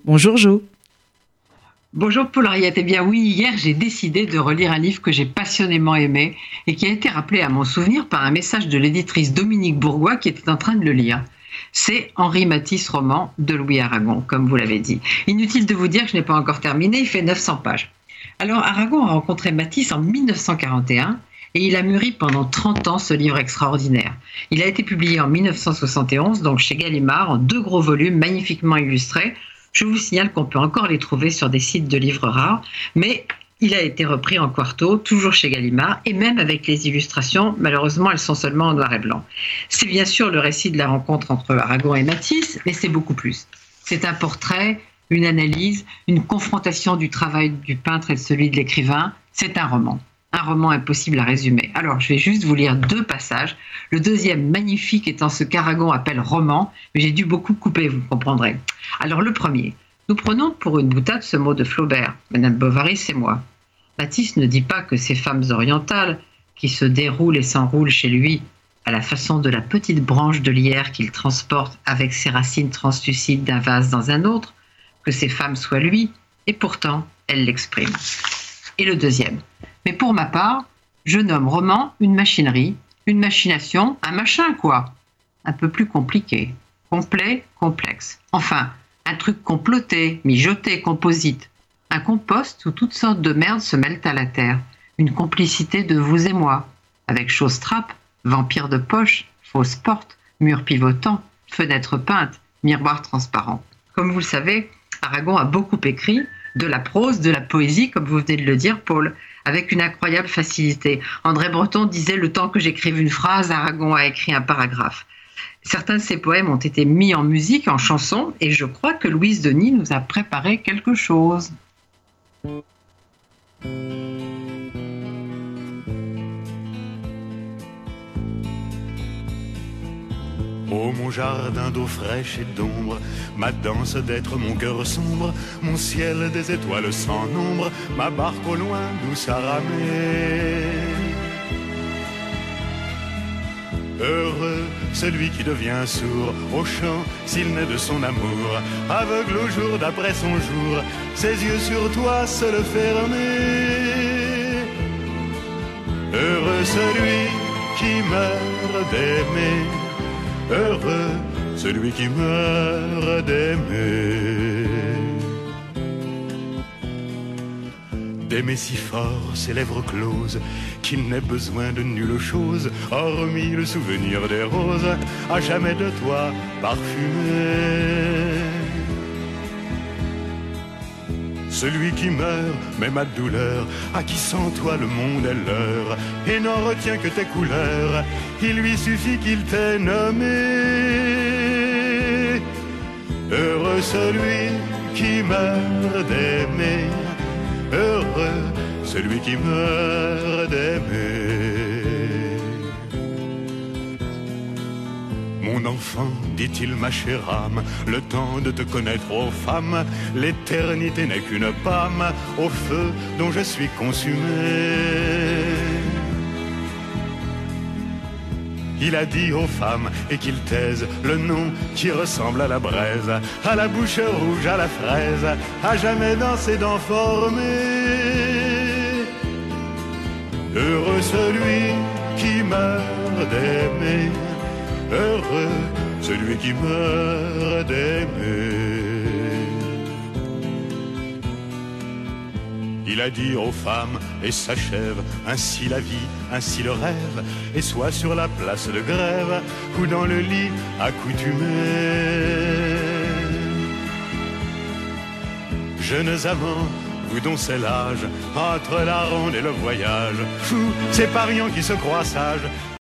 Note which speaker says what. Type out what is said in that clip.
Speaker 1: Bonjour Jo.
Speaker 2: Bonjour Paul-Henriette. Eh bien oui, hier j'ai décidé de relire un livre que j'ai passionnément aimé et qui a été rappelé à mon souvenir par un message de l'éditrice Dominique Bourgois qui était en train de le lire. C'est Henri Matisse, roman de Louis Aragon, comme vous l'avez dit. Inutile de vous dire que je n'ai pas encore terminé, il fait 900 pages. Alors Aragon a rencontré Matisse en 1941 et il a mûri pendant 30 ans ce livre extraordinaire. Il a été publié en 1971, donc chez Gallimard, en 2 gros volumes magnifiquement illustrés. Je vous signale qu'on peut encore les trouver sur des sites de livres rares, mais il a été repris en quarto, toujours chez Gallimard, et même avec les illustrations, malheureusement elles sont seulement en noir et blanc. C'est bien sûr le récit de la rencontre entre Aragon et Matisse, mais c'est beaucoup plus. C'est un portrait, une analyse, une confrontation du travail du peintre et de celui de l'écrivain. C'est un roman. Un roman impossible à résumer. Alors, je vais juste vous lire 2 passages. Le deuxième, magnifique, étant ce qu'Aragon appelle roman, mais j'ai dû beaucoup couper, vous comprendrez. Alors, le premier. Nous prenons pour une boutade ce mot de Flaubert. Madame Bovary, c'est moi. Matisse ne dit pas que ces femmes orientales, qui se déroulent et s'enroulent chez lui, à la façon de la petite branche de lierre qu'il transporte avec ses racines translucides d'un vase dans un autre, que ces femmes soient lui, et pourtant, elle l'exprime. Et le deuxième. Mais pour ma part, je nomme roman une machinerie, une machination, un machin quoi. Un peu plus compliqué, complet, complexe. Enfin, un truc comploté, mijoté, composite. Un compost où toutes sortes de merdes se mêlent à la terre. Une complicité de vous et moi, avec choses trappes, vampires de poche, fausses portes, murs pivotants, fenêtres peintes, miroirs transparents. Comme vous le savez, Aragon a beaucoup écrit, de la prose, de la poésie, comme vous venez de le dire, Paul, avec une incroyable facilité. André Breton disait « Le temps que j'écrive une phrase, Aragon a écrit un paragraphe ». Certains de ses poèmes ont été mis en musique, en chanson, et je crois que Louise Denis nous a préparé quelque chose.
Speaker 3: Oh mon jardin d'eau fraîche et d'ombre, ma danse d'être, mon cœur sombre, mon ciel des étoiles sans nombre, ma barque au loin douce à ramer. Heureux celui qui devient sourd au chant s'il naît de son amour, aveugle au jour d'après son jour, ses yeux sur toi se le fermer. Heureux celui qui meurt d'aimer, heureux celui qui meurt d'aimer. D'aimer si fort ses lèvres closes qu'il n'ait besoin de nulle chose, hormis le souvenir des roses à jamais de toi parfumées. Celui qui meurt, même à douleur, à qui sans toi le monde est l'heure, et n'en retient que tes couleurs, il lui suffit qu'il t'ait nommé. Heureux celui qui meurt d'aimer, heureux celui qui meurt d'aimer. Mon enfant, dit-il ma chère âme, le temps de te connaître aux femmes, l'éternité n'est qu'une pâme au feu dont je suis consumé. Il a dit aux femmes et qu'ils taisent le nom qui ressemble à la braise, à la bouche rouge, à la fraise, à jamais dans ses dents formées. Heureux celui qui meurt d'aimer, heureux celui qui meurt d'aimer. Il a dit aux femmes, et s'achève ainsi la vie, ainsi le rêve, et soit sur la place de grève ou dans le lit accoutumé. Jeunes amants, vous dont c'est l'âge, entre la ronde et le voyage, fous, ces pariants qui se croient sages,